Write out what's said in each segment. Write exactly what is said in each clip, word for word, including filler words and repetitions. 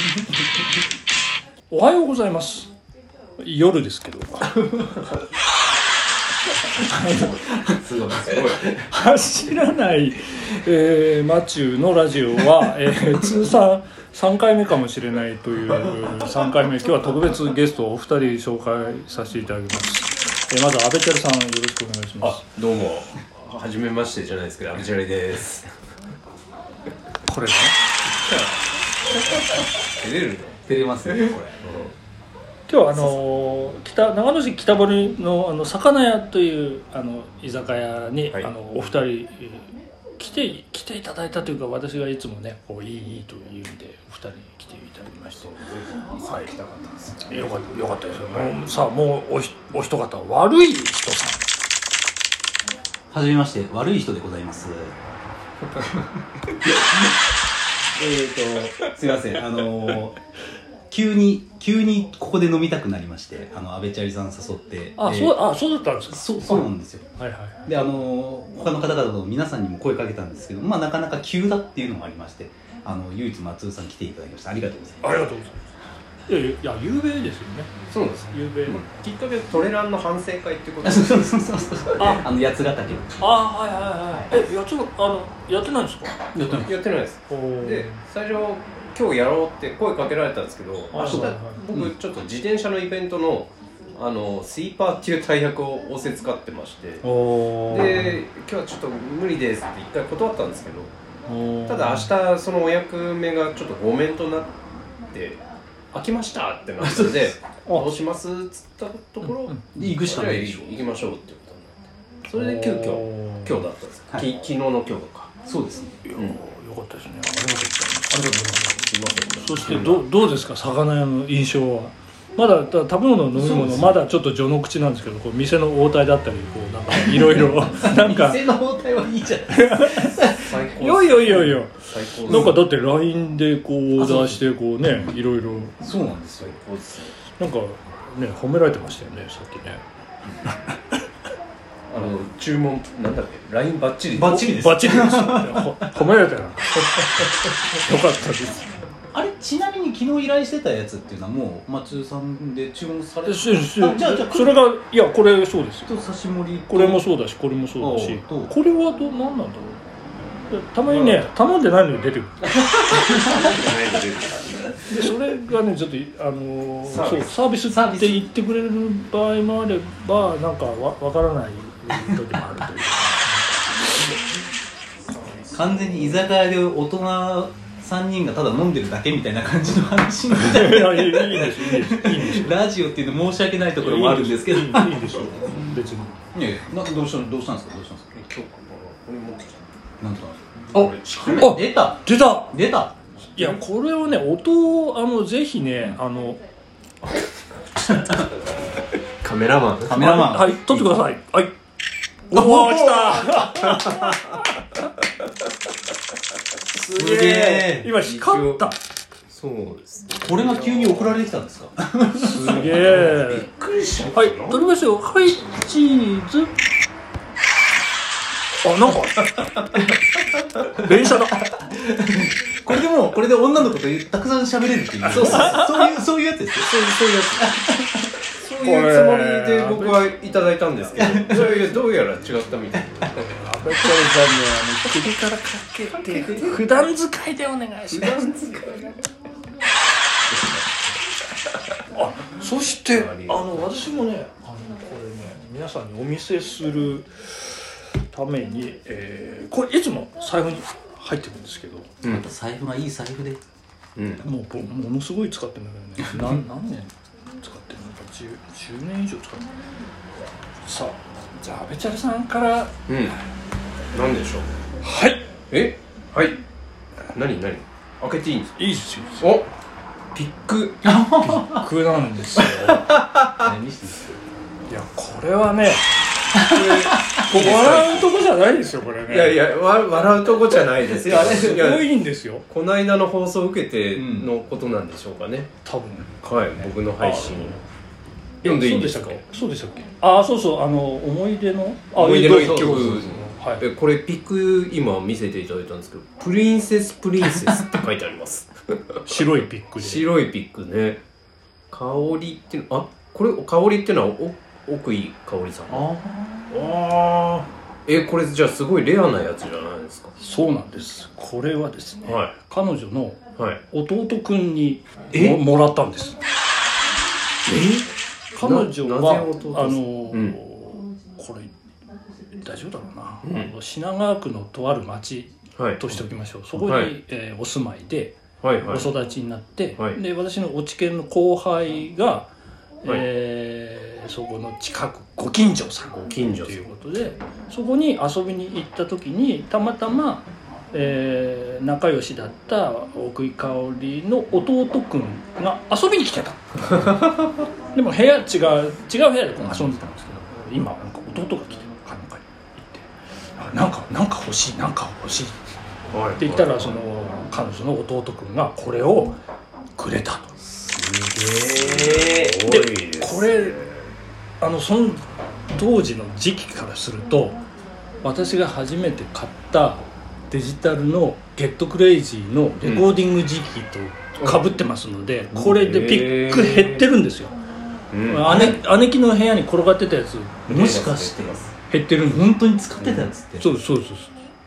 おはようございます。夜ですけどすごいすごい走らない、えー、マチューのラジオは、えー、通算さんかいめかもしれないというさんかいめ、今日は特別ゲストをお二人紹介させていただきます。えー、まず阿部チャリさん、よろしくお願いします。 あ、どうもはじめましてじゃないですけど、阿部チャリです。 これね照れるの？ 照れますねこれ。 今日はあの北長野市北堀 の, あの魚屋というあの居酒屋に、はい、あのお二人、えー、来て来ていただいたというか、私がいつもねこういいいいというんでお二人に来ていただきまして、 はい、来たかったです。 よかったよかったですよ。もうさあもう お, お一方悪い人さん。 はじめまして、悪い人でございます。えっとすいません、あのー。急に急にここで飲みたくなりまして、あの阿部チャリさん誘って、 あ、えー、そうあそうだったんですか。 そうそうなんですよ。 はいはい。 で、あの他の方々の皆さんにも声かけたんですけど、まあなかなか急だっていうのもありまして、あの唯一松尾さん来ていただきました。ありがとうございます。 ありがとうございます。いやいや、夕べですよね。 そうなんです。 夕べ。 きっかけトレランの反省会ってこと。 そうそうそうそうそう。あ、あの八ヶ岳。 あ、はいはいはい。え、八ヶあのやってないんですか。 やってない。 やってないです。で、最初今日やろうって声かけられたんですけど、明日僕ちょっと自転車のイベントのあのスイーパーっていう大役を仰せ使ってまして、で今日はちょっと無理ですって一回断ったんですけど、ただ明日そのお役目がちょっとごめんとなって飽きましたってなったのでどうしますっつったところ、うんうん、行くしかないでしょ、 行きましょうってことになって、それで急遽今日だったんです、はい、き昨日の今日とか。 そうですね、 うん、よかったですね。ありがとうございます。ありがとうございます。そしてど, どうですか、魚屋の印象は。まだ食べ物飲み物まだちょっと序の口なんですけど、こう店の応対だったりこうなんかいろいろなんか店の応対はいいじゃないですか。 最高。いやいやいやいや、なんかだって ライン でこうオーダーしてこうね、いろいろ。 そうなんですよ。 なんかね褒められてましたよね、さっきね。 あの注文なんだっけ、 ライン バッチリバッチリです。 バッチリです。褒められたよ。よかったです。 あれ、ちなみに昨日依頼してたやつっていうのはもう松尾さんで注文されてる。 じゃあじゃあそれがいやこれそうですよ。 刺し盛り、 これもそうだしこれもそうだし、これはどうなんなんだろう。たまにね頼んでないのに出てくる。でそれがねちょっとあのー、そうサービスって言ってくれる場合もあれば、なんかわわからない時もあるという。 完全に居酒屋で大人さんにんがただ飲んでるだけみたいな感じの話みたいな。いやいいですいいですいいですラジオっていうの申し訳ないところもあるんですけど、いいでしょ別に。いやいや、などうしたどうしたんですかどうしたんですか。 今日これ持ってきた。 なんとあ、 出た出た出た。 いやこれをね音をあのぜひね、あのカメラマンカメラマンはい撮ってください。はい。おお来た。すげえ。今光った。 そうです、ね。 これが急に送られてきたんですか。 すげえ。 びっくりしちゃった。 はい、撮りますよ。はい、チーズ。あ、なんか連射だ。 これでもこれで女の子とたくさん喋れるっていう。そうそういうそういうやつですよ。 そういうそういうやつ。そういうつもりで僕はいただいたんですけど、いやどうやら違ったみたいな。 阿部チャリさんには首からかけて普段使いでお願いします。あ、そしてあの私もね、あのこれね皆さんにお見せするために、えー、これいつも財布に入ってるんですけど、 うん、また財布がいい財布で、 うん、もうものすごい使ってるんだけどね。何何年使ってるのか 10, 10年以上使ってる。さあじゃあ阿部チャリさんから、 うん、何でしょう。 はい。 えはい何何開けていいんですか。 いいですよ。 おピックピックなんですよ。いやこれはねこれ笑うとこじゃないですよこれね。 いやいや笑うとこじゃないですよ。 いやあれすごいんですよ。 この間の放送を受けてのことなんでしょうかね、 多分。 はい、僕の配信読んでいいんですか。 そうでしたっけ。ああそうそう、あの思い出の思い出の一曲。 はい、 これピック今見せていただいたんですけど、プリンセスプリンセスって書いてあります。 白いピックで白いピックね。香りっていうの、あ、これ香りっていうのはお奥井香織さん。ああ。え、これじゃあすごいレアなやつじゃないですか。 そうなんです。これはですね、 はい、 彼女の弟くんにも, もらったんです。 え？ 彼女はあの、 うん、 これ大丈夫だろうな、 うん、 品川区のとある町としておきましょう、はい、そこに、はい、えー、お住まいで、はいはい、お育ちになって、はい、で私の落研の後輩が、はい、えー、そこの近くご近所さんということで、そこに遊びに行った時にたまたま、えー、仲良しだった奥井香織の弟くんが遊びに来てたでも部屋違う違う部屋でこう遊んでたんですけど、今なんか弟が来てなんか行ってなんかなんか欲しいなんか欲しいって言ったら、その彼女の弟くんがこれをくれたと。 すげえ。 でこれあのその当時の時期からすると私が初めて買ったデジタルのゲットクレイジーのレコーディング時期と被ってますので、うん、これでピック減ってるんですよ、うん、姉, 姉貴の部屋に転がってたやつもしかして減ってるんです。 本当に使ってたやつって、 うん、そうそうそうそう。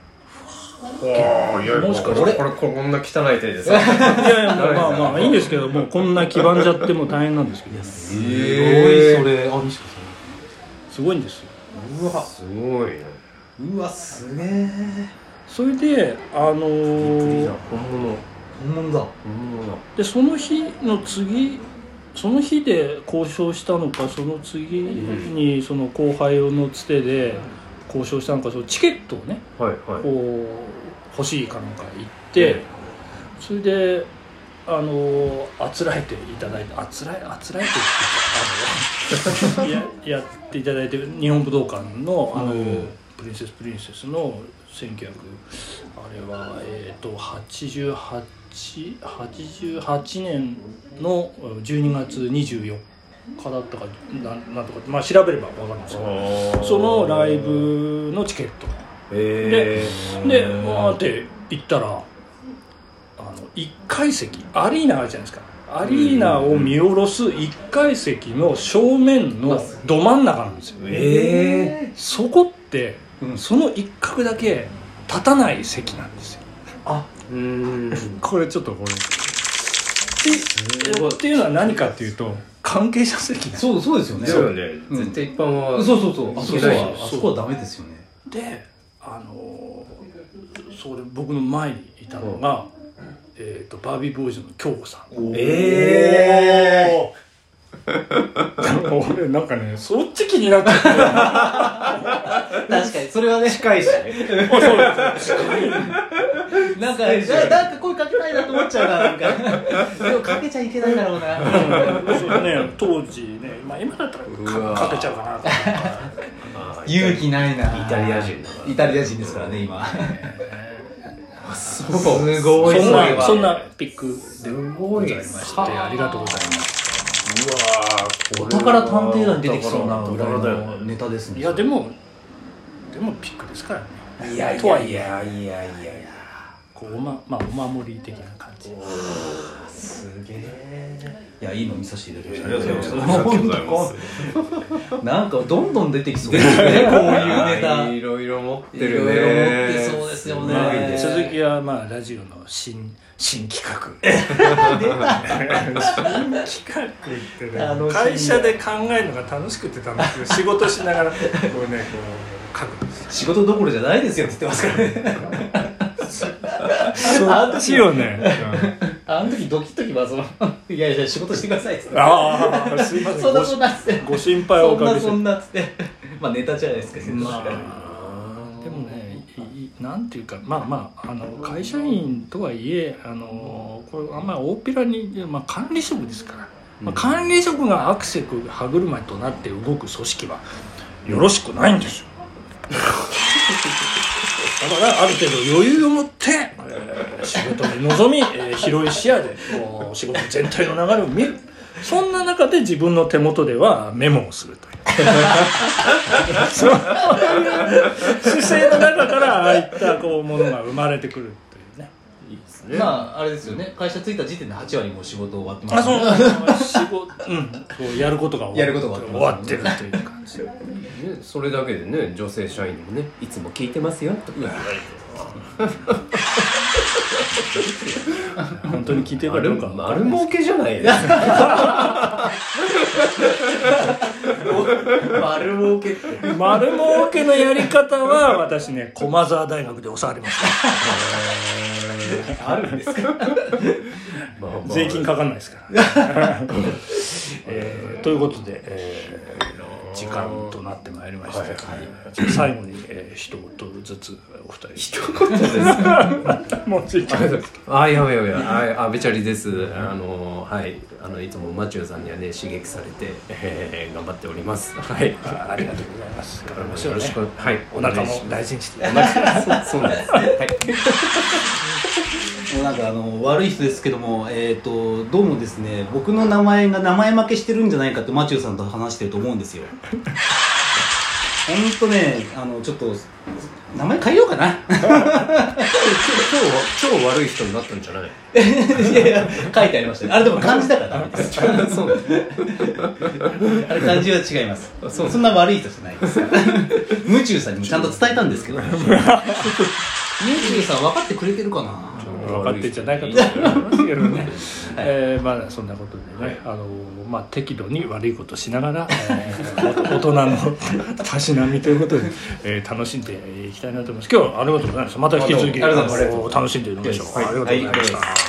あいやもしかしてこれこんな汚い手ですいやいやまあまあまあいいんですけどもうこんな黄ばんじゃっても大変なんですけど、 すごいそれあ西川さんすごいんですよ。 うわすごいね。 うわすげえ。 それであのー、 本物本物だ本物だでその日の次その日で交渉したのかその次にその後輩のつてで交渉したのかそのチケットをね、はいはい、こう欲しいかなんか行って、うん、それであのあつらえていただいてあつらえあつらえてっていうかあの や, やっていただいて日本武道館のあの、うん、プリンセスプリンセスのせんきゅうひゃくあれはえっ、ー、とはちじゅうはち、はちじゅうはちねんのじゅうにがつにじゅうよっかだったか な, なんとかまあ調べれば分かるんですよ。そのライブのチケットででわーって行ったらあのいっかい席アリーナあるじゃないですか。アリーナを見下ろすいっかい席の正面のど真ん中なんですよ。えー、そこって、うん、その一角だけ立たない席なんですよ。あうーんこれちょっとこれっていうのは何かっていうと関係者席なんです。 そうそうですよね。 そうよね、うん、絶対一般はそうそうそうあそこはあそこはダメですよね。 であのそれ僕の前にいたのが、うん、えーとバービーボーイズの京子さん。えー俺なんかねそっち気になっちゃって確かにそれはね近いしねそうです近いなんかなんか声かけたいなと思っちゃうななんかでもかけちゃいけないだろうな、 うん、そうね当時ね、まあ、今だったら か, かけちゃうかなと勇気ないな。 イタリア人だからイタリア人ですからね今すごいすごいそんなそんなピックでございましてありがとうございます。 うわお宝探偵団に出てきそうなぐらいのネタですね。 いやでもでもピックですからね。 いやいやいやいやいやこうおままあお守り的な感じ。 すげえ。 いやいいの見させていただきました。 ありがとうございます。ありがとうございます。 なんかどんどん出てきそうですねこういうネタ。 いろいろ持ってるね。 いろいろ持ってそうですよね。 続きはまあラジオの新新企画出た新企画ってね会社で考えるのが楽しくて楽しくて仕事しながらこうねこう書くんです。 仕事どころじゃないですよって言ってますからねそっちよねあの時ドキッときはそのいやいや仕事してくださいっつってああすいませんそんなそんなっつってご心配をおかけしてそんなそんなっつってまあネタじゃないですか、 まあ、でもねなんていうかまあまああの会社員とはいえあのこれあんまり大っぴらに、まあ、管理職ですから、まあ、管理職がアクセク歯車となって動く組織はよろしくないんですよだからある程度余裕を持って、えー、仕事に臨み、えー、広い視野でこう仕事全体の流れを見る。そんな中で自分の手元ではメモをするというそういう姿勢の中からああいったこうものが生まれてくるというね。 いいですね。 ね。 まああれですよね、会社着いた時点ではち割もう仕事終わってます、 あ、そうなんです。仕事、うん、そうやることがやることが終わってるという感じ。ね、 それだけでね、女性社員にもね、いつも聞いてますよとか言われて。 本当に聞いてるかどうか丸儲けじゃないですか。 丸儲けって丸儲けのやり方は私ね、駒澤大学で教わりました。 あるんですか。 税金かかんないですから、えー、ということで、えー、時間となってまいりました、はいはい、最後に、えー、一言ずつお二人一言ですか。 もうついてる。 あ、やばいやばいやばい、あべちゃりです。あのはいあのいつもマチューさんにはね刺激されて、えー、頑張っております。はい、 あ, ありがとうございます。頑張りましょうね。 よろしく、はい、 お腹も大事にして。 そうなんです。はい。 もうなんかあの悪い人ですけども、えーとどうもですね、僕の名前が名前負けしてるんじゃないかってマチューさんと話してると思うんですよ。ほんとね、あのちょっと名前変えようかな。 超超悪い人になったんじゃない？ いやいや、書いてありましたね。あれでも漢字だからダメです。 そうですね。 あれ漢字は違います。そ, そんな悪い人じゃないです。ムチューさんにもちゃんと伝えたんですけど。ムチューさん分かってくれてるかな。 分かってんじゃないかと思いますけどね。はい、えー、まあそんなことでね、はい、あのまあ適度に悪いことしながら、えー、大人のたしなみということで、えー、楽しんでいきたいなと思います。今日はありがとうございました。また引き続き楽しんでいきましょう。 はい、 ありがとうございました。